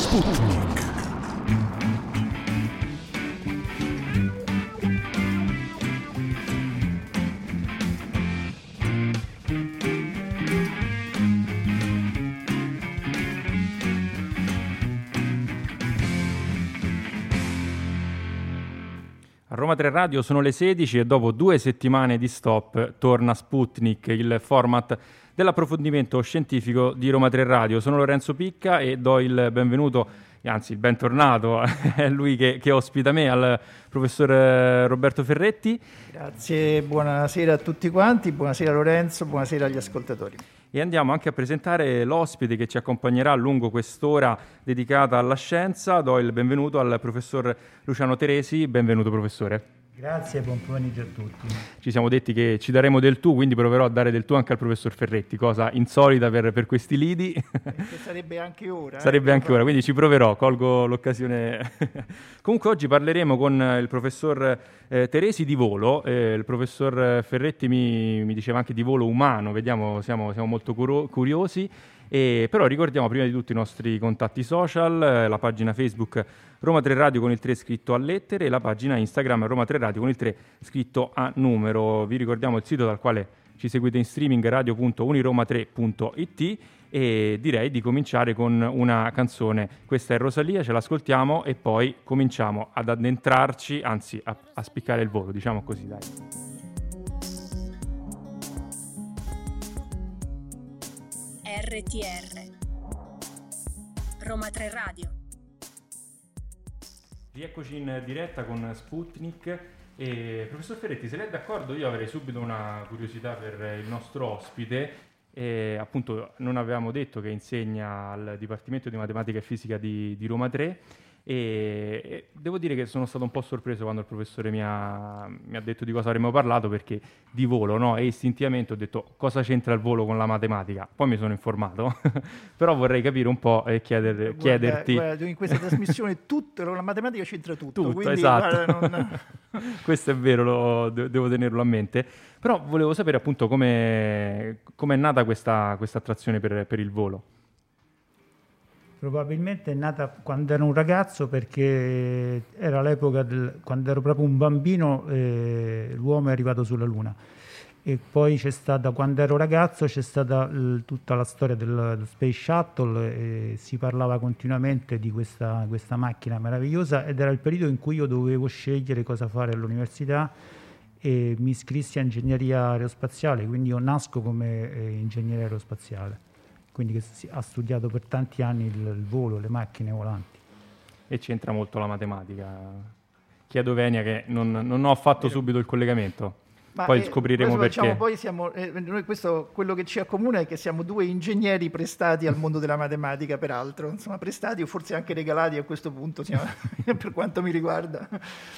Sputnik. A Roma 3 Radio sono le 16 e dopo 2 settimane di stop torna Sputnik, il format dell'approfondimento scientifico di Roma 3 Radio. Sono Lorenzo Picca e do il benvenuto, anzi il bentornato, è lui che ospita me, al professor Roberto Ferretti. Grazie, buonasera a tutti quanti, buonasera Lorenzo, buonasera agli ascoltatori. E andiamo anche a presentare l'ospite che ci accompagnerà lungo quest'ora dedicata alla scienza. Do il benvenuto al professor Luciano Teresi. Benvenuto professore. Grazie, buon pomeriggio a tutti. Ci siamo detti che ci daremo del tu, quindi proverò a dare del tu anche al professor Ferretti, cosa insolita per questi lidi. Che sarebbe anche ora. Sarebbe anche ora, quindi ci proverò, colgo l'occasione. Comunque oggi parleremo con il professor Teresi di volo. Il professor Ferretti mi diceva anche di volo umano, vediamo, siamo molto curiosi. Però ricordiamo prima di tutto i nostri contatti social, la pagina Facebook Roma 3 Radio con il 3 scritto a lettere e la pagina Instagram Roma 3 Radio con il 3 scritto a numero. Vi ricordiamo il sito dal quale ci seguite in streaming radio.uniroma3.it e direi di cominciare con una canzone. Questa è Rosalia, ce l'ascoltiamo e poi cominciamo ad addentrarci, anzi a spiccare il volo, diciamo così, dai. RTR Roma 3 Radio. Rieccoci in diretta con Sputnik e professor Ferretti, se lei è d'accordo io avrei subito una curiosità per il nostro ospite. Appunto non avevamo detto che insegna al Dipartimento di Matematica e Fisica di Roma 3 e devo dire che sono stato un po' sorpreso quando il professore mi ha detto di cosa avremmo parlato, perché di volo, no? E istintivamente ho detto cosa c'entra il volo con la matematica, poi mi sono informato però vorrei capire un po' e chiederti guarda, in questa trasmissione la matematica c'entra tutto quindi, esatto. guarda, questo è vero, devo tenerlo a mente, però volevo sapere appunto come è nata questa attrazione per il volo. Probabilmente è nata quando ero un ragazzo, perché era l'epoca quando ero proprio un bambino, l'uomo è arrivato sulla Luna. E poi quando ero ragazzo c'è stata tutta la storia del Space Shuttle e si parlava continuamente di questa macchina meravigliosa, ed era il periodo in cui io dovevo scegliere cosa fare all'università e mi iscrissi a ingegneria aerospaziale, quindi io nasco come ingegnere aerospaziale, quindi che ha studiato per tanti anni il volo, le macchine volanti. E c'entra molto la matematica. Chiedo Venia che non ho fatto subito il collegamento. Poi scopriremo perché. Diciamo, poi noi quello che ci accomuna è che siamo due ingegneri prestati al mondo della matematica, peraltro. Insomma, prestati o forse anche regalati a questo punto, per quanto mi riguarda.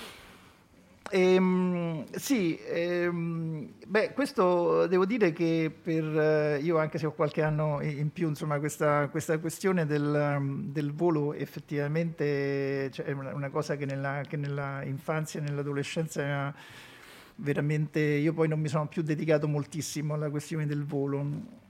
Questo devo dire che io, anche se ho qualche anno in più, insomma, questa questione del volo effettivamente è una cosa che nella infanzia e nell'adolescenza era veramente. Io poi non mi sono più dedicato moltissimo alla questione del volo.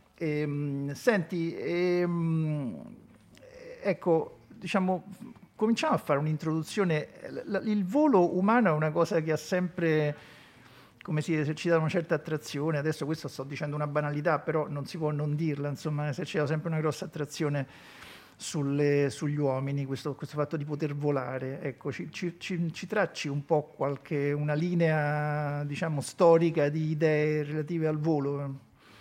Ecco, diciamo, cominciamo a fare un'introduzione. Il volo umano è una cosa che ha sempre, come si esercita una certa attrazione. Adesso questo sto dicendo una banalità, però non si può non dirla, insomma, esercita sempre una grossa attrazione sugli uomini, questo fatto di poter volare. Ecco, ci tracci un po' una linea, diciamo, storica di idee relative al volo.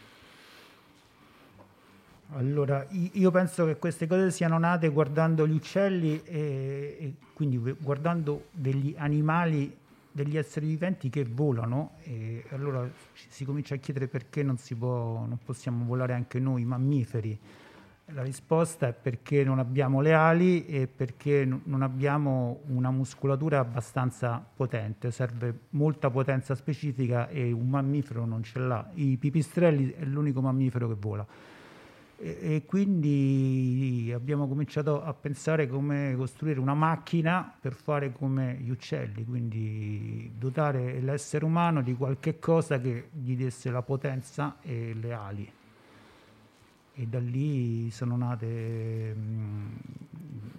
Allora, io penso che queste cose siano nate guardando gli uccelli e quindi guardando degli animali, degli esseri viventi che volano, e allora si comincia a chiedere perché non possiamo volare anche noi mammiferi. La risposta è perché non abbiamo le ali e perché non abbiamo una muscolatura abbastanza potente, serve molta potenza specifica e un mammifero non ce l'ha. I pipistrelli è l'unico mammifero che vola. E quindi abbiamo cominciato a pensare come costruire una macchina per fare come gli uccelli, quindi dotare l'essere umano di qualche cosa che gli desse la potenza e le ali. E da lì sono nate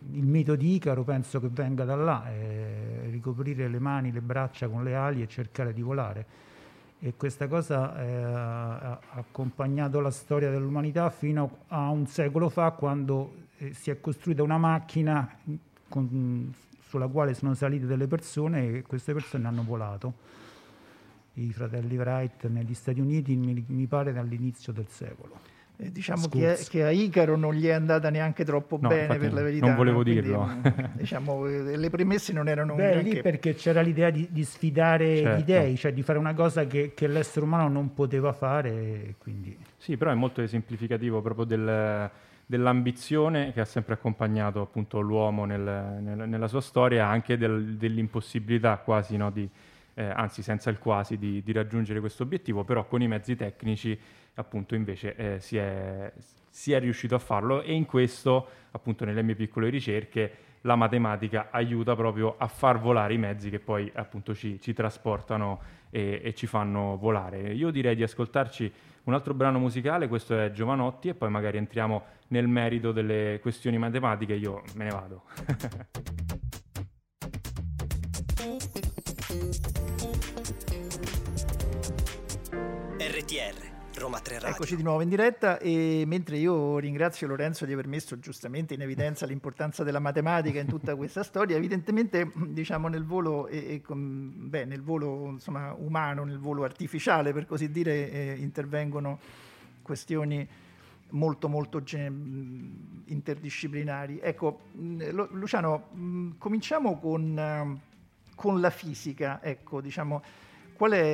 il mito di Icaro penso che venga da là, ricoprire le mani, le braccia con le ali e cercare di volare. E questa cosa ha accompagnato la storia dell'umanità fino a un secolo fa, quando si è costruita una macchina sulla quale sono salite delle persone e queste persone hanno volato. I fratelli Wright negli Stati Uniti, mi pare dall'inizio del secolo. Diciamo che a Icaro non gli è andata neanche troppo bene, per la verità. Non volevo dirlo. Diciamo, le premesse non erano lì perché c'era l'idea di sfidare certo. gli dei, cioè di fare una cosa che l'essere umano non poteva fare. Quindi. Sì, però è molto esemplificativo proprio dell'ambizione che ha sempre accompagnato appunto l'uomo nella sua storia, anche dell'impossibilità quasi, no, anzi senza il quasi, di raggiungere questo obiettivo, però con i mezzi tecnici appunto invece si è riuscito a farlo, e in questo appunto nelle mie piccole ricerche la matematica aiuta proprio a far volare i mezzi che poi appunto ci trasportano e ci fanno volare. Io direi di ascoltarci un altro brano musicale, questo è Giovanotti, e poi magari entriamo nel merito delle questioni matematiche. Io me ne vado. RTR Roma 3 Radio. Eccoci di nuovo in diretta, e mentre io ringrazio Lorenzo di aver messo giustamente in evidenza l'importanza della matematica in tutta questa storia, evidentemente diciamo nel volo nel volo insomma umano, nel volo artificiale per così dire, intervengono questioni molto interdisciplinari. Ecco, Luciano, cominciamo con la fisica, ecco, diciamo. Qual è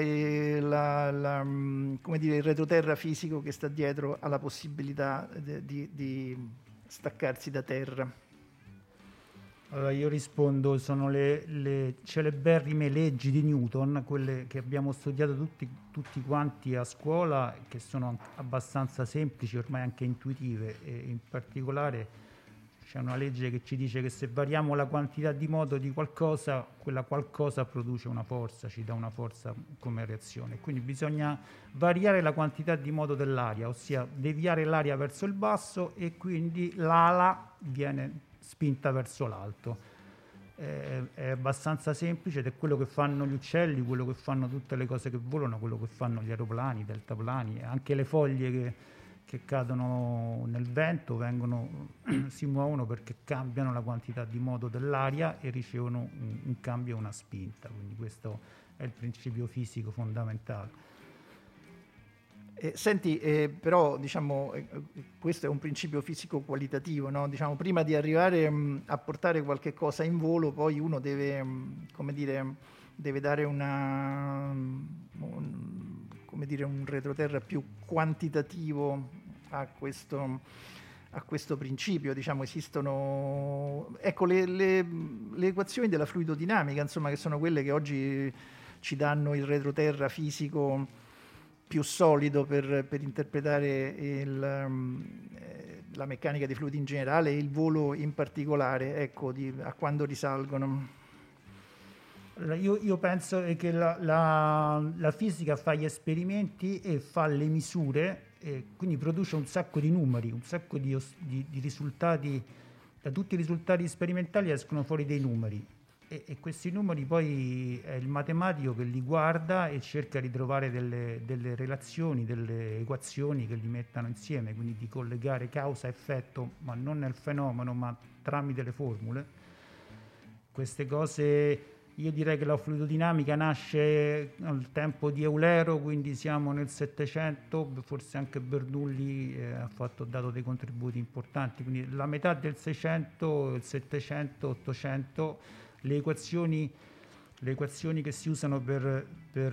il retroterra fisico che sta dietro alla possibilità di staccarsi da terra? Allora io rispondo, sono le celeberrime leggi di Newton, quelle che abbiamo studiato tutti quanti a scuola, che sono abbastanza semplici, ormai anche intuitive, e in particolare c'è una legge che ci dice che se variamo la quantità di moto di qualcosa, quella qualcosa produce una forza, ci dà una forza come reazione. Quindi bisogna variare la quantità di moto dell'aria, ossia deviare l'aria verso il basso, e quindi l'ala viene spinta verso l'alto. È abbastanza semplice ed è quello che fanno gli uccelli, quello che fanno tutte le cose che volano, quello che fanno gli aeroplani, i deltaplani, anche le foglie che cadono nel vento si muovono perché cambiano la quantità di moto dell'aria e ricevono in cambio una spinta. Quindi questo è il principio fisico fondamentale. Senti, però diciamo questo è un principio fisico qualitativo, no? Diciamo, prima di arrivare a portare qualche cosa in volo, poi uno deve, deve dare un retroterra più quantitativo a questo principio. Diciamo, esistono le equazioni della fluidodinamica, insomma, che sono quelle che oggi ci danno il retroterra fisico più solido per interpretare la meccanica dei fluidi in generale e il volo in particolare, ecco, a quando risalgono. Allora, io penso che la fisica fa gli esperimenti e fa le misure, e quindi produce un sacco di numeri, un sacco di risultati. Da tutti i risultati sperimentali escono fuori dei numeri, e questi numeri poi è il matematico che li guarda e cerca di trovare delle relazioni, delle equazioni che li mettano insieme, quindi di collegare causa-effetto, ma non nel fenomeno, ma tramite le formule. Queste cose, io direi che la fluidodinamica nasce al tempo di Eulero, quindi siamo nel 700, forse anche Bernoulli ha dato dei contributi importanti, quindi la metà del 600, il 700, 800, le equazioni che si usano per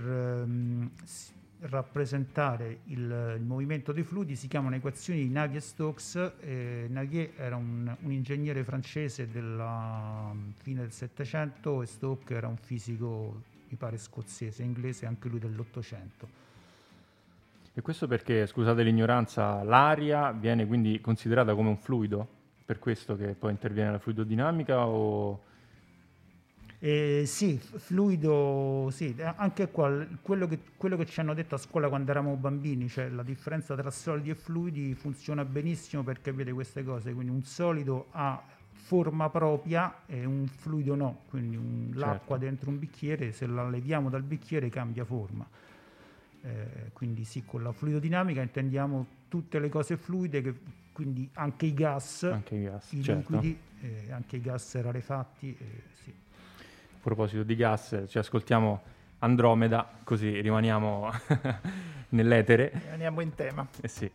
rappresentare il movimento dei fluidi si chiamano equazioni di Navier-Stokes. Navier era un ingegnere francese della fine del Settecento, e Stokes era un fisico, mi pare, scozzese, inglese, anche lui dell'Ottocento. E questo perché, scusate l'ignoranza, l'aria viene quindi considerata come un fluido? Per questo che poi interviene la fluidodinamica o... Sì, fluido, sì, anche qua quello che ci hanno detto a scuola quando eravamo bambini, cioè la differenza tra solidi e fluidi funziona benissimo per capire queste cose. Quindi un solido ha forma propria e un fluido no, quindi l'acqua Certo. dentro un bicchiere, se la leviamo dal bicchiere cambia forma. Quindi sì, con la fluidodinamica intendiamo tutte le cose fluide, quindi anche i gas, Anche i gas, i certo. liquidi, anche i gas rarefatti. Sì. A proposito di gas, ci ascoltiamo Andromeda, così rimaniamo nell'etere. Andiamo in tema. Eh sì.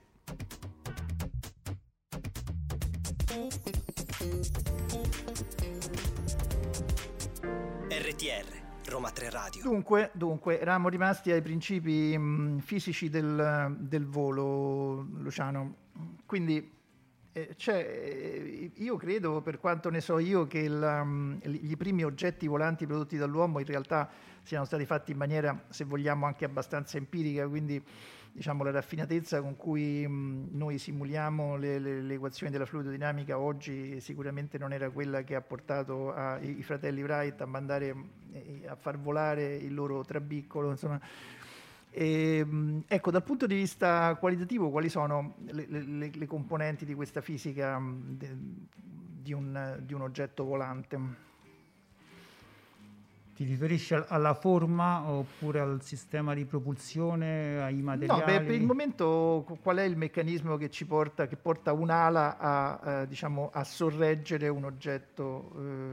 RTR, Roma 3 Radio. Dunque, eravamo rimasti ai principi fisici del volo, Luciano. Quindi io credo, per quanto ne so io, che i primi oggetti volanti prodotti dall'uomo in realtà siano stati fatti in maniera, se vogliamo, anche abbastanza empirica, quindi diciamo la raffinatezza con cui noi simuliamo le equazioni della fluidodinamica oggi sicuramente non era quella che ha portato i fratelli Wright a mandare a far volare il loro trabiccolo, insomma. Ecco, dal punto di vista qualitativo, quali sono le componenti di questa fisica di un oggetto volante? Ti riferisci alla forma oppure al sistema di propulsione, ai materiali? No, per il momento qual è il meccanismo che porta un'ala diciamo, a sorreggere un oggetto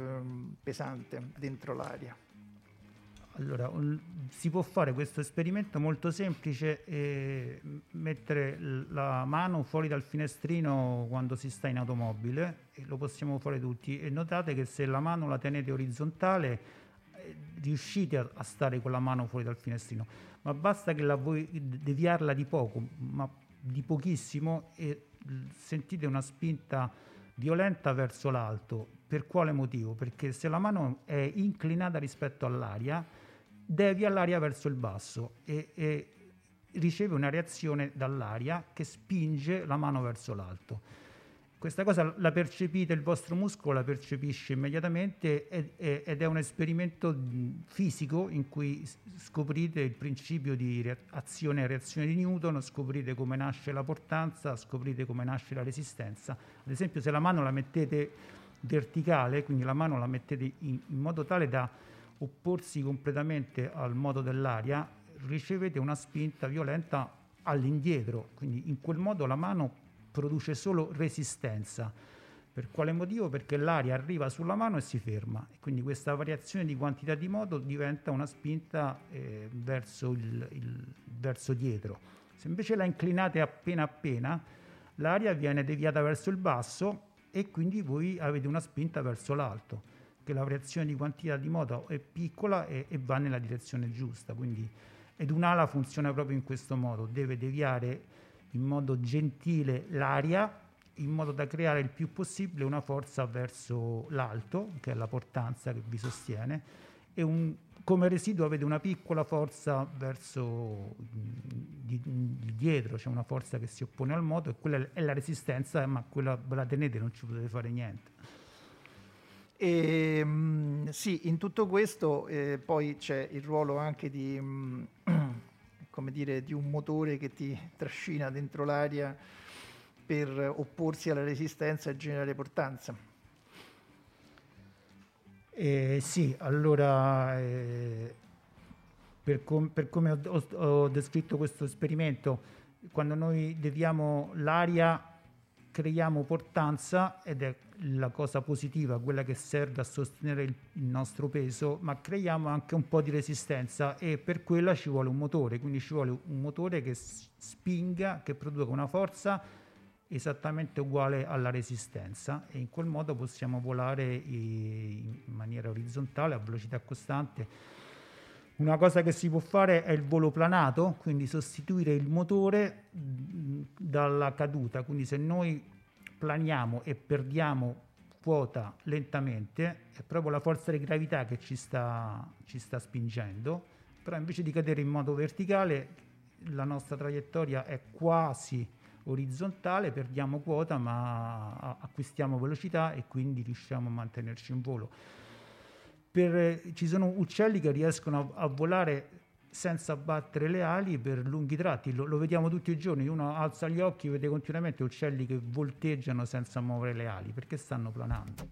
pesante dentro l'aria? Allora, si può fare questo esperimento molto semplice, mettere la mano fuori dal finestrino quando si sta in automobile, e lo possiamo fare tutti, e notate che se la mano la tenete orizzontale riuscite a stare con la mano fuori dal finestrino, ma basta che voi deviarla di poco, ma di pochissimo, e sentite una spinta violenta verso l'alto. Per quale motivo? Perché se la mano è inclinata rispetto all'aria, devia l'aria verso il basso e riceve una reazione dall'aria che spinge la mano verso l'alto. Questa cosa la percepite, il vostro muscolo la percepisce immediatamente ed è un esperimento fisico in cui scoprite il principio di azione e reazione di Newton, scoprite come nasce la portanza, scoprite come nasce la resistenza. Ad esempio, se la mano la mettete verticale, quindi la mano la mettete in modo tale da opporsi completamente al moto dell'aria, ricevete una spinta violenta all'indietro, quindi in quel modo la mano produce solo resistenza. Per quale motivo? Perché l'aria arriva sulla mano e si ferma, e quindi questa variazione di quantità di moto diventa una spinta verso dietro. Se invece la inclinate appena, l'aria viene deviata verso il basso e quindi voi avete una spinta verso l'alto, che la variazione di quantità di moto è piccola e va nella direzione giusta. Quindi, ed un'ala funziona proprio in questo modo, deve deviare in modo gentile l'aria, in modo da creare il più possibile una forza verso l'alto, che è la portanza che vi sostiene, e come residuo avete una piccola forza verso di dietro, c'è una forza che si oppone al moto, e quella è la resistenza, ma quella ve la tenete, non ci potete fare niente. Sì, in tutto questo poi c'è il ruolo anche di un motore che ti trascina dentro l'aria per opporsi alla resistenza e generare portanza. Sì, allora per come ho descritto questo esperimento, quando noi deviamo l'aria creiamo portanza, ed è la cosa positiva, quella che serve a sostenere il nostro peso, ma creiamo anche un po' di resistenza, e per quella ci vuole un motore, quindi ci vuole un motore che spinga, che produca una forza esattamente uguale alla resistenza, e in quel modo possiamo volare in maniera orizzontale a velocità costante. Una cosa che si può fare è il volo planato, quindi sostituire il motore dalla caduta. Quindi se noi planiamo e perdiamo quota lentamente, è proprio la forza di gravità che ci sta spingendo, però invece di cadere in modo verticale la nostra traiettoria è quasi orizzontale, perdiamo quota ma acquistiamo velocità e quindi riusciamo a mantenerci in volo. Ci sono uccelli che riescono a volare senza abbattere le ali per lunghi tratti. Lo vediamo tutti i giorni, uno alza gli occhi, vede continuamente uccelli che volteggiano senza muovere le ali perché stanno planando.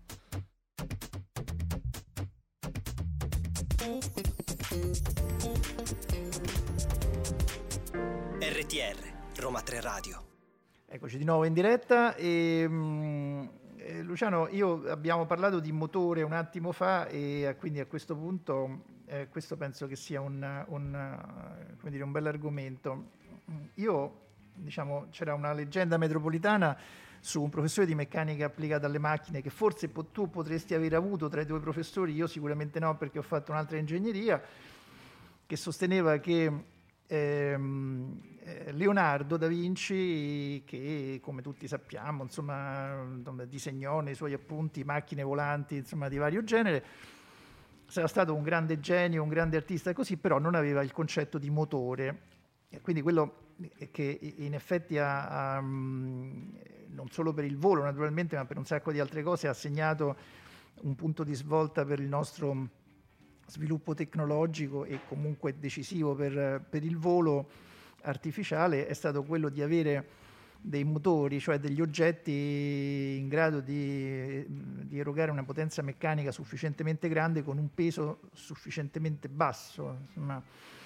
RTR, Roma 3 Radio. Eccoci di nuovo in diretta e Luciano, abbiamo parlato di motore un attimo fa e quindi a questo punto questo penso che sia come dire, un bel argomento. C'era una leggenda metropolitana su un professore di meccanica applicata alle macchine che forse tu potresti aver avuto tra i tuoi professori, io sicuramente no perché ho fatto un'altra ingegneria, che sosteneva che Leonardo da Vinci, che come tutti sappiamo insomma disegnò nei suoi appunti macchine volanti insomma di vario genere, sarà stato un grande genio, un grande artista e così, però non aveva il concetto di motore, e quindi quello che in effetti non solo per il volo naturalmente ma per un sacco di altre cose ha segnato un punto di svolta per il nostro sviluppo tecnologico e comunque decisivo per il volo artificiale, è stato quello di avere dei motori, cioè degli oggetti in grado di erogare una potenza meccanica sufficientemente grande con un peso sufficientemente basso. Insomma.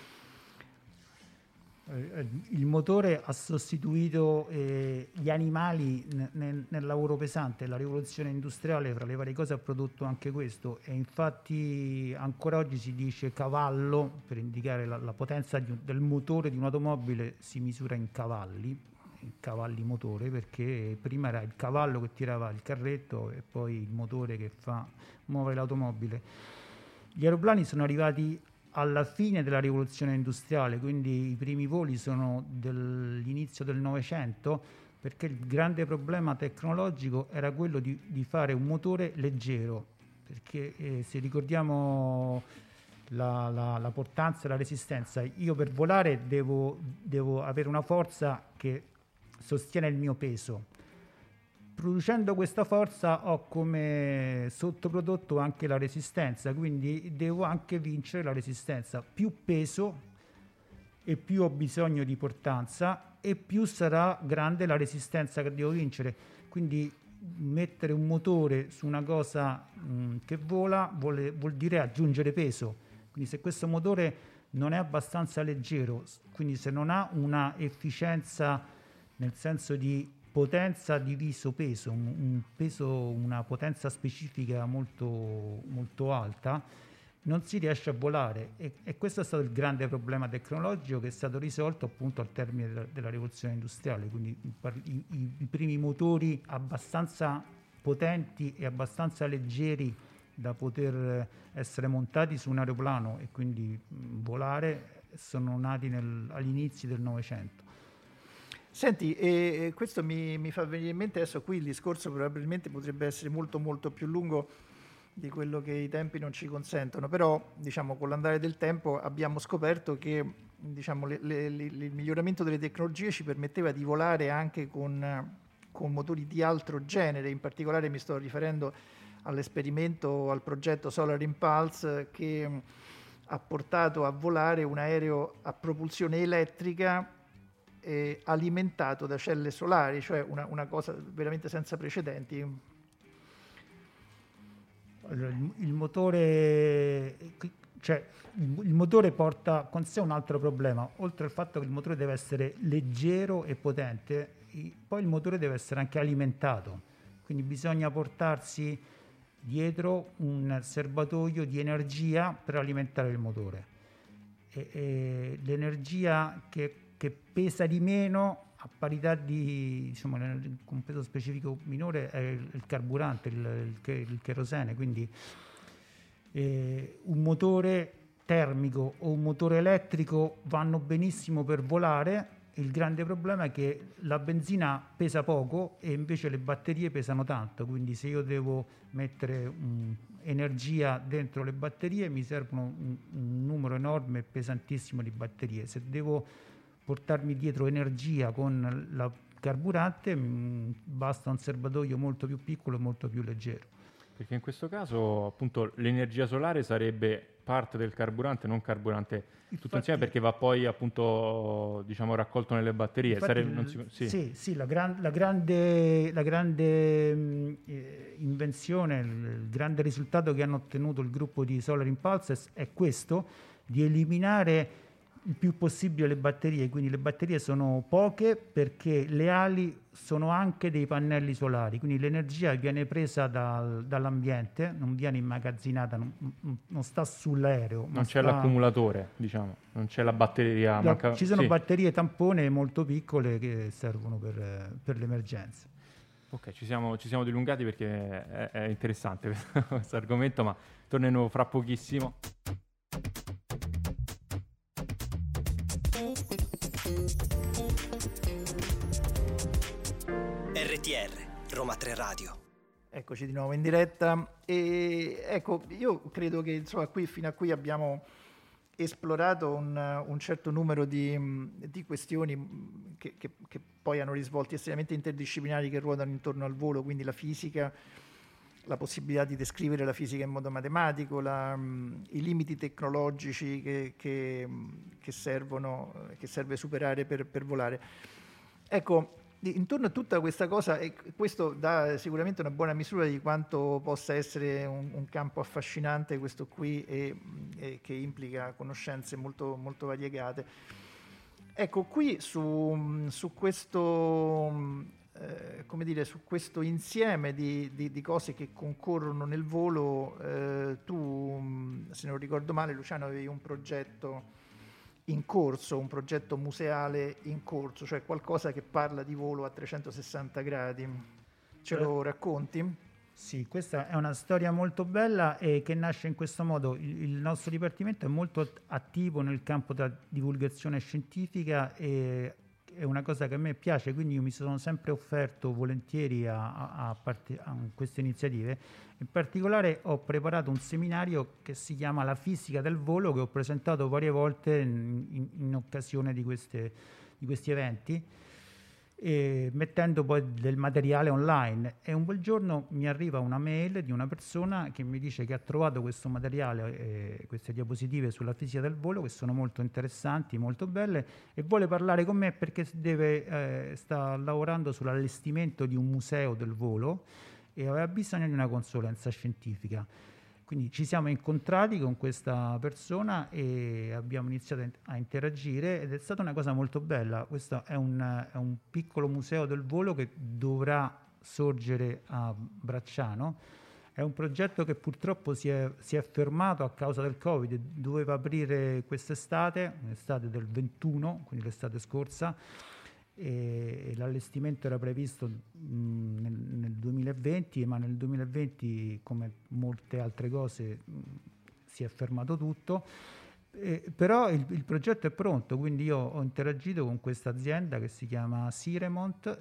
Il motore ha sostituito gli animali nel lavoro pesante. La rivoluzione industriale, fra le varie cose, ha prodotto anche questo, e infatti ancora oggi si dice cavallo per indicare la potenza del motore di un'automobile. Si misura in cavalli motore, perché prima era il cavallo che tirava il carretto e poi il motore che fa muovere l'automobile. Gli aeroplani sono arrivati alla fine della rivoluzione industriale, quindi i primi voli sono dell'inizio del Novecento, perché il grande problema tecnologico era quello di fare un motore leggero, perché se ricordiamo la portanza e la resistenza, io per volare devo avere una forza che sostiene il mio peso. Producendo questa forza ho come sottoprodotto anche la resistenza, quindi devo anche vincere la resistenza. Più peso e più ho bisogno di portanza e più sarà grande la resistenza che devo vincere. Quindi mettere un motore su una cosa che vola vuol dire aggiungere peso. Quindi se questo motore non è abbastanza leggero, quindi se non ha una efficienza nel senso di potenza diviso peso, una potenza specifica molto, molto alta, non si riesce a volare, e questo è stato il grande problema tecnologico che è stato risolto appunto al termine della rivoluzione industriale. Quindi i primi motori abbastanza potenti e abbastanza leggeri da poter essere montati su un aeroplano e quindi volare sono nati agli inizi del Novecento. Senti, e questo mi fa venire in mente adesso, qui il discorso probabilmente potrebbe essere molto molto più lungo di quello che i tempi non ci consentono, però diciamo con l'andare del tempo abbiamo scoperto che diciamo, il miglioramento delle tecnologie ci permetteva di volare anche con motori di altro genere. In particolare mi sto riferendo all'esperimento, al progetto Solar Impulse, che ha portato a volare un aereo a propulsione elettrica alimentato da celle solari, cioè una cosa veramente senza precedenti. Il motore porta con sé un altro problema. Oltre al fatto che il motore deve essere leggero e potente, poi il motore deve essere anche alimentato, quindi bisogna portarsi dietro un serbatoio di energia per alimentare il motore, e l'energia che pesa di meno a parità di, diciamo, con peso specifico minore è il carburante, il cherosene. Quindi un motore termico o un motore elettrico vanno benissimo per volare. Il grande problema è che la benzina pesa poco e invece le batterie pesano tanto, quindi se io devo mettere energia dentro le batterie mi servono un numero enorme e pesantissimo di batterie. Se devo portarmi dietro energia con la carburante basta un serbatoio molto più piccolo e molto più leggero. Perché in questo caso appunto l'energia solare sarebbe parte del carburante, non carburante tutto insieme, perché va poi appunto diciamo raccolto nelle batterie. Sì, la grande invenzione, il grande risultato che hanno ottenuto il gruppo di Solar Impulses è questo, di eliminare il più possibile le batterie, quindi le batterie sono poche perché le ali sono anche dei pannelli solari, quindi l'energia viene presa dall'ambiente, non viene immagazzinata, non sta sull'aereo. Non c'è l'accumulatore, diciamo, non c'è la batteria. Ci sono batterie tampone molto piccole che servono per l'emergenza. Ok, ci siamo dilungati perché è interessante questo argomento, ma torneremo fra pochissimo. RTR, Roma 3 Radio. Eccoci di nuovo in diretta e ecco, io credo che insomma fino a qui abbiamo esplorato un certo numero di questioni che poi hanno risvolti estremamente interdisciplinari che ruotano intorno al volo, quindi la fisica, la possibilità di descrivere la fisica in modo matematico, i limiti tecnologici che serve superare per volare. Ecco, intorno a tutta questa cosa, e questo dà sicuramente una buona misura di quanto possa essere un campo affascinante questo qui e che implica conoscenze molto, molto variegate. Ecco, qui su questo come dire, su questo insieme di cose che concorrono nel volo, tu, se non ricordo male, Luciano, avevi un progetto in corso, un progetto museale in corso, cioè qualcosa che parla di volo a 360 gradi. Ce lo racconti? Sì, questa è una storia molto bella e che nasce in questo modo. Il nostro dipartimento è molto attivo nel campo della divulgazione scientifica e è una cosa che a me piace, quindi io mi sono sempre offerto volentieri a queste iniziative. In particolare ho preparato un seminario che si chiama La fisica del volo, che ho presentato varie volte in occasione di questi eventi, mettendo poi del materiale online. E un bel giorno mi arriva una mail di una persona che mi dice che ha trovato questo materiale, queste diapositive sulla fisica del volo, che sono molto interessanti, molto belle, e vuole parlare con me perché sta lavorando sull'allestimento di un museo del volo e aveva bisogno di una consulenza scientifica. Quindi ci siamo incontrati con questa persona e abbiamo iniziato a interagire ed è stata una cosa molto bella. Questo è un piccolo museo del volo che dovrà sorgere a Bracciano. È un progetto che purtroppo si è fermato a causa del Covid, doveva aprire quest'estate, l'estate del 21, quindi l'estate scorsa, e l'allestimento era previsto nel 2020, ma nel 2020, come molte altre cose, si è fermato tutto. Però il progetto è pronto, quindi io ho interagito con questa azienda che si chiama Siremont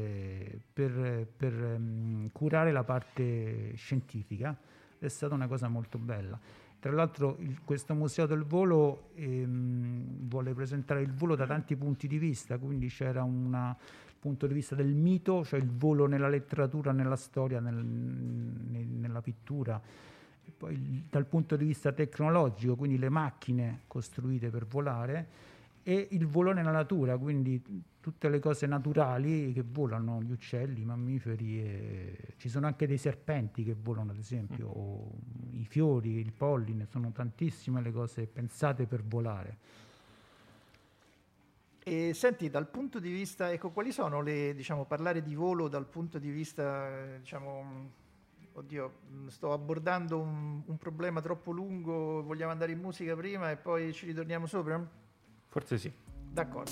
per curare la parte scientifica. È stata una cosa molto bella. Tra l'altro questo museo del volo vuole presentare il volo da tanti punti di vista, quindi c'era un punto di vista del mito, cioè il volo nella letteratura, nella storia, nella pittura, e poi dal punto di vista tecnologico, quindi le macchine costruite per volare, e il volo nella natura, quindi tutte le cose naturali che volano, gli uccelli, i mammiferi, ci sono anche dei serpenti che volano, ad esempio, o i fiori, il polline, sono tantissime le cose pensate per volare. E senti, dal punto di vista, ecco, quali sono parlare di volo dal punto di vista, oddio, sto abbordando un problema troppo lungo, vogliamo andare in musica prima e poi ci ritorniamo sopra? Forse sì. D'accordo.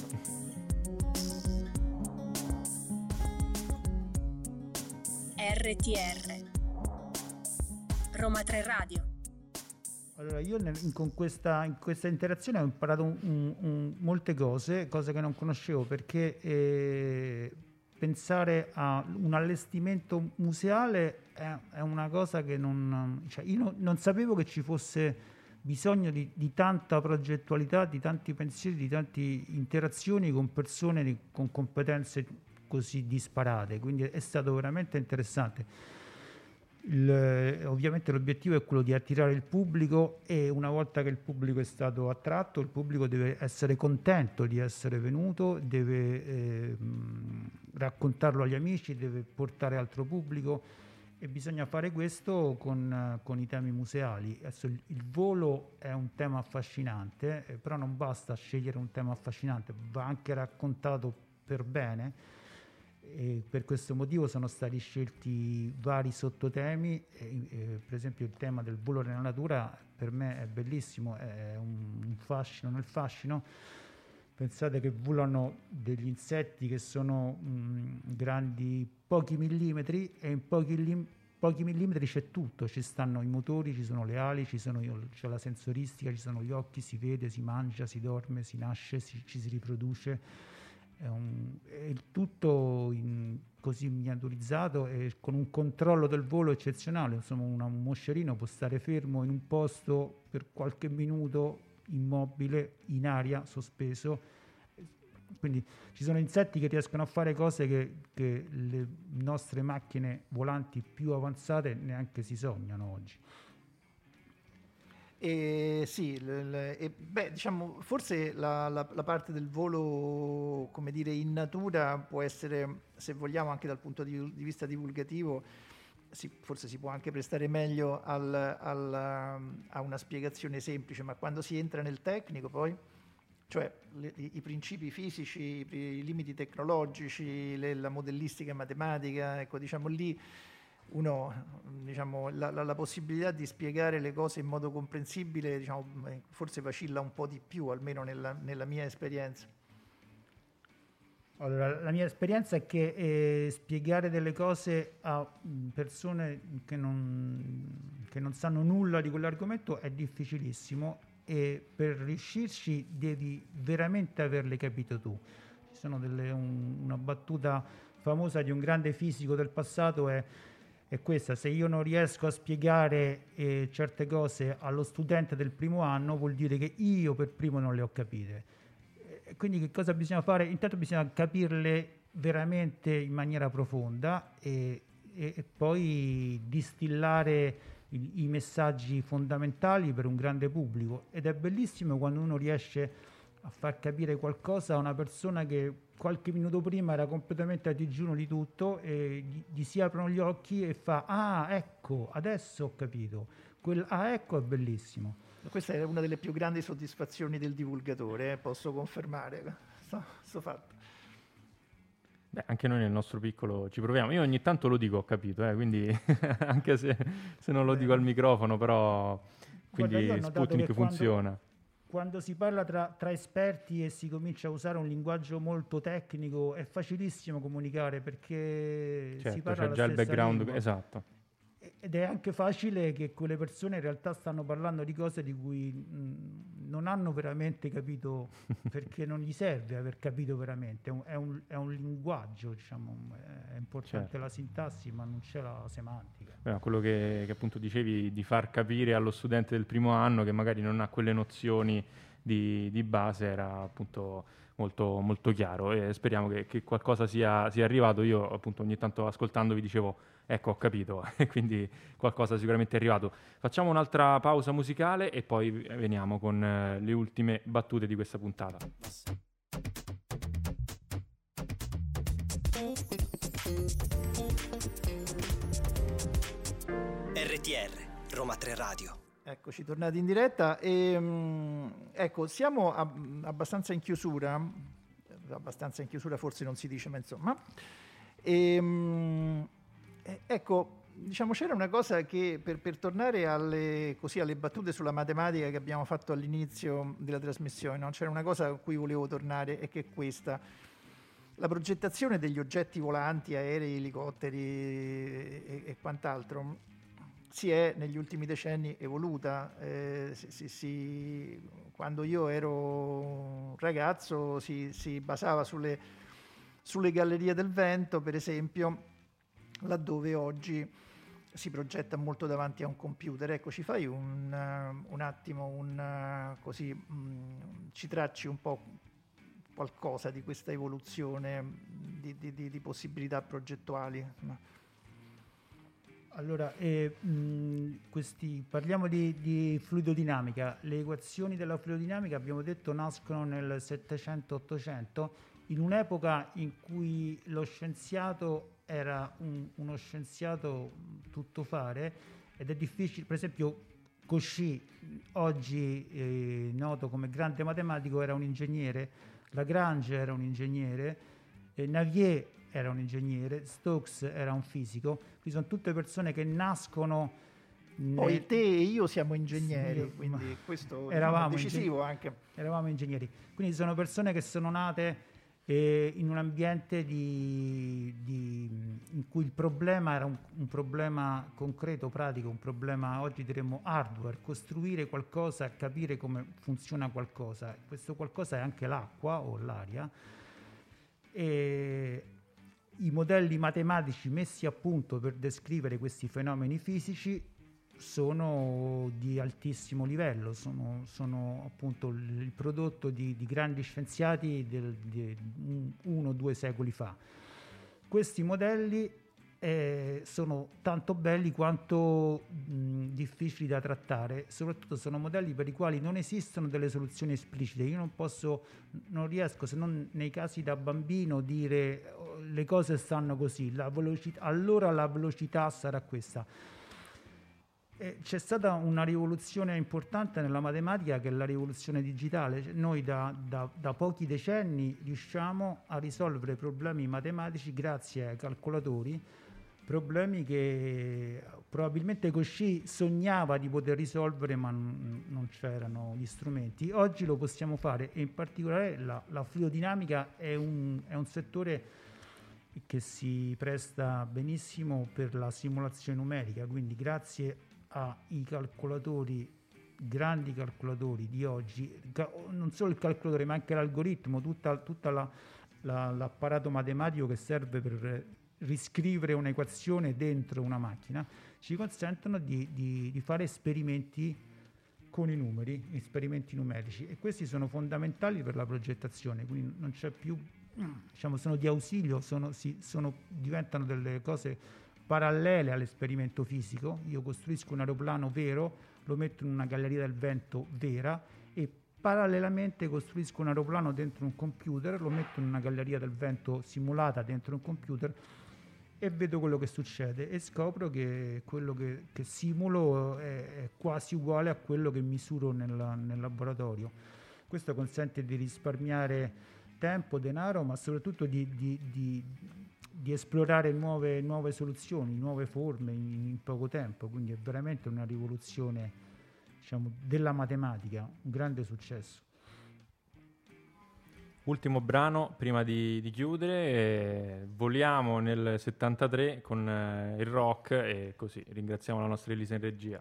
RTR Roma 3 Radio. Allora, io con questa interazione ho imparato molte cose che non conoscevo, perché pensare a un allestimento museale è una cosa che io non sapevo che ci fosse bisogno di tanta progettualità, di tanti pensieri, di tante interazioni con persone con competenze così disparate, quindi è stato veramente interessante. Ovviamente l'obiettivo è quello di attirare il pubblico, e una volta che il pubblico è stato attratto, il pubblico deve essere contento di essere venuto, deve raccontarlo agli amici, deve portare altro pubblico, e bisogna fare questo con i temi museali. Adesso il volo è un tema affascinante, però non basta scegliere un tema affascinante, va anche raccontato per bene. E per questo motivo sono stati scelti vari sottotemi, per esempio il tema del volo nella natura per me è bellissimo, è un fascino nel fascino. Pensate che volano degli insetti che sono grandi pochi millimetri, e in pochi millimetri c'è tutto, ci stanno i motori, ci sono le ali, c'è la sensoristica, ci sono gli occhi, si vede, si mangia, si dorme, si nasce, ci si riproduce. È il tutto così miniaturizzato e con un controllo del volo eccezionale. Insomma, un moscerino può stare fermo in un posto per qualche minuto, immobile, in aria, sospeso. Quindi ci sono insetti che riescono a fare cose che le nostre macchine volanti più avanzate neanche si sognano oggi. Sì, diciamo, forse la parte del volo, come dire, in natura può essere, se vogliamo, anche dal punto di vista divulgativo, forse si può anche prestare meglio a una spiegazione semplice, ma quando si entra nel tecnico poi, cioè i principi fisici, i limiti tecnologici, la modellistica matematica, ecco, diciamo lì diciamo, la possibilità di spiegare le cose in modo comprensibile, diciamo, forse vacilla un po' di più, almeno nella mia esperienza. Allora, la mia esperienza è che spiegare delle cose a persone che non sanno nulla di quell'argomento è difficilissimo, e per riuscirci devi veramente averle capito tu. Ci sono una battuta famosa di un grande fisico del passato è questa: se io non riesco a spiegare certe cose allo studente del primo anno, vuol dire che io per primo non le ho capite. Quindi che cosa bisogna fare? Intanto bisogna capirle veramente in maniera profonda, e poi distillare i messaggi fondamentali per un grande pubblico. Ed è bellissimo quando uno riesce a far capire qualcosa a una persona che qualche minuto prima era completamente a digiuno di tutto, e gli si aprono gli occhi e fa: ah, ecco, adesso ho capito. Ecco, è bellissimo. Questa è una delle più grandi soddisfazioni del divulgatore, posso confermare questo fatto. Beh, anche noi nel nostro piccolo ci proviamo. Io ogni tanto lo dico, ho capito, quindi anche se non lo dico al microfono, però quindi guarda, Sputnik funziona. Quando si parla tra esperti e si comincia a usare un linguaggio molto tecnico, è facilissimo comunicare, perché certo, si parla c'è la già il stessa background, lingua. esatto. Ed è anche facile che quelle persone in realtà stanno parlando di cose di cui non hanno veramente capito, perché non gli serve aver capito veramente. È un linguaggio, diciamo, è importante, certo, la sintassi, ma non c'è la semantica. Quello che appunto dicevi, di far capire allo studente del primo anno che magari non ha quelle nozioni di base, era appunto molto, molto chiaro, e speriamo che qualcosa sia arrivato. Io appunto ogni tanto ascoltandovi dicevo: ecco, ho capito, e quindi qualcosa sicuramente è arrivato. Facciamo un'altra pausa musicale e poi veniamo con le ultime battute di questa puntata. RTR, Roma 3 Radio. Eccoci tornati in diretta e ecco, siamo abbastanza in chiusura forse non si dice, ma insomma. Ecco, diciamo, c'era una cosa che per tornare alle battute sulla matematica che abbiamo fatto all'inizio della trasmissione, no? C'era una cosa a cui volevo tornare, e che è questa: la progettazione degli oggetti volanti, aerei, elicotteri e quant'altro si è negli ultimi decenni evoluta. Quando io ero ragazzo si basava sulle gallerie del vento, per esempio, laddove oggi si progetta molto davanti a un computer. Ecco, ci fai un attimo, così ci tracci un po' qualcosa di questa evoluzione di possibilità progettuali? Allora, parliamo di fluidodinamica. Le equazioni della fluidodinamica, abbiamo detto, nascono nel 700-800, in un'epoca in cui lo scienziato era uno scienziato tuttofare, ed è difficile. Per esempio, Cauchy, oggi noto come grande matematico, era un ingegnere, Lagrange era un ingegnere, Navier era un ingegnere, Stokes era un fisico. Qui sono tutte persone che nascono. Poi te e io siamo ingegneri, Sì, quindi questo è decisivo anche. Eravamo ingegneri. Quindi sono persone che sono nate in un ambiente in cui il problema era un problema concreto, pratico, un problema, oggi diremmo hardware, costruire qualcosa, capire come funziona qualcosa. Questo qualcosa è anche l'acqua o l'aria. E i modelli matematici messi a punto per descrivere questi fenomeni fisici sono di altissimo livello, sono appunto il prodotto di grandi scienziati di 1 o 2 secoli fa. Questi modelli sono tanto belli quanto difficili da trattare, soprattutto sono modelli per i quali non esistono delle soluzioni esplicite. Io non riesco, se non nei casi da bambino, dire le cose stanno così, allora la velocità sarà questa. C'è stata una rivoluzione importante nella matematica, che è la rivoluzione digitale. Noi da pochi decenni riusciamo a risolvere problemi matematici grazie ai calcolatori, problemi che probabilmente Cauchy sognava di poter risolvere, ma non c'erano gli strumenti. Oggi lo possiamo fare, e in particolare la fluidodinamica è un settore che si presta benissimo per la simulazione numerica, quindi grazie ai grandi calcolatori di oggi, non solo il calcolatore ma anche l'algoritmo, tutta l'apparato matematico che serve per riscrivere un'equazione dentro una macchina, ci consentono di fare esperimenti con i numeri, esperimenti numerici, e questi sono fondamentali per la progettazione. Quindi non c'è più, sono di ausilio, diventano delle cose parallele all'esperimento fisico. Io costruisco un aeroplano vero, lo metto in una galleria del vento vera, e parallelamente costruisco un aeroplano dentro un computer, lo metto in una galleria del vento simulata dentro un computer e vedo quello che succede, e scopro che quello che simulo è quasi uguale a quello che misuro nel laboratorio. Questo consente di risparmiare tempo, denaro, ma soprattutto di esplorare nuove soluzioni, nuove forme in poco tempo. Quindi è veramente una rivoluzione, della matematica, un grande successo. Ultimo brano prima di chiudere, voliamo nel 73 con il rock, e così ringraziamo la nostra Elisa in regia.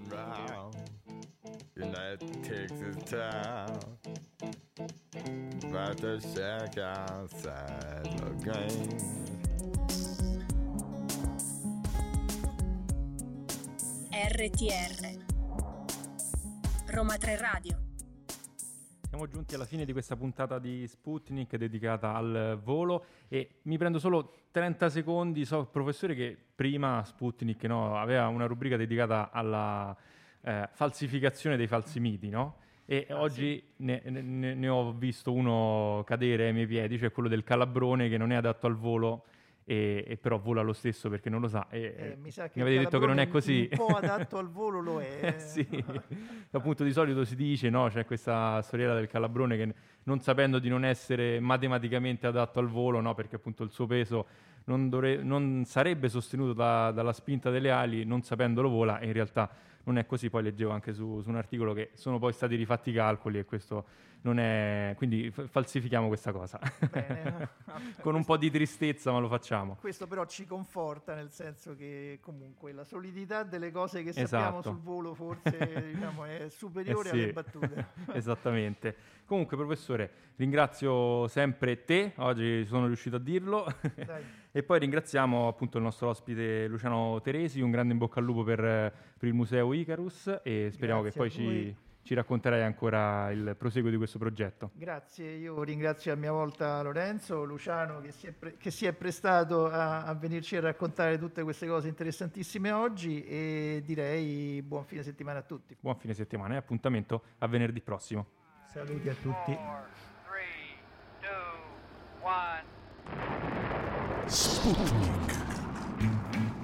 RTR Roma 3 Radio. Siamo giunti alla fine di questa puntata di Sputnik dedicata al volo, e mi prendo solo 30 secondi. So, professore, che prima Sputnik, no, aveva una rubrica dedicata alla falsificazione dei falsi miti, no? E oggi sì, ne ho visto uno cadere ai miei piedi, cioè quello del calabrone che non è adatto al volo, e però vola lo stesso perché non lo sa. Mi sa che mi avete detto che non è così. Un po' adatto al volo lo è. Sì, appunto di solito si dice, no? C'è questa storiella del calabrone che, non sapendo di non essere matematicamente adatto al volo, no? Perché appunto il suo peso non sarebbe sostenuto dalla spinta delle ali, non sapendolo vola, e in realtà non è così. Poi leggevo anche su un articolo che sono poi stati rifatti i calcoli, e questo non è, quindi falsifichiamo questa cosa. Bene. Con un po' di tristezza, ma lo facciamo. Questo però ci conforta, nel senso che comunque la solidità delle cose che sappiamo sul volo forse è superiore alle battute. Esattamente. Comunque, professore, ringrazio sempre te, oggi sono riuscito a dirlo. Dai. E poi ringraziamo appunto il nostro ospite Luciano Teresi, un grande in bocca al lupo per il museo Icarus, e speriamo che poi ci ci racconterai ancora il proseguo di questo progetto. Grazie, io ringrazio a mia volta Lorenzo, Luciano che si è prestato a venirci a raccontare tutte queste cose interessantissime oggi, e direi buon fine settimana a tutti. Buon fine settimana e appuntamento a venerdì prossimo. Saluti a tutti. 4, 3, 2, 1. Sputnik.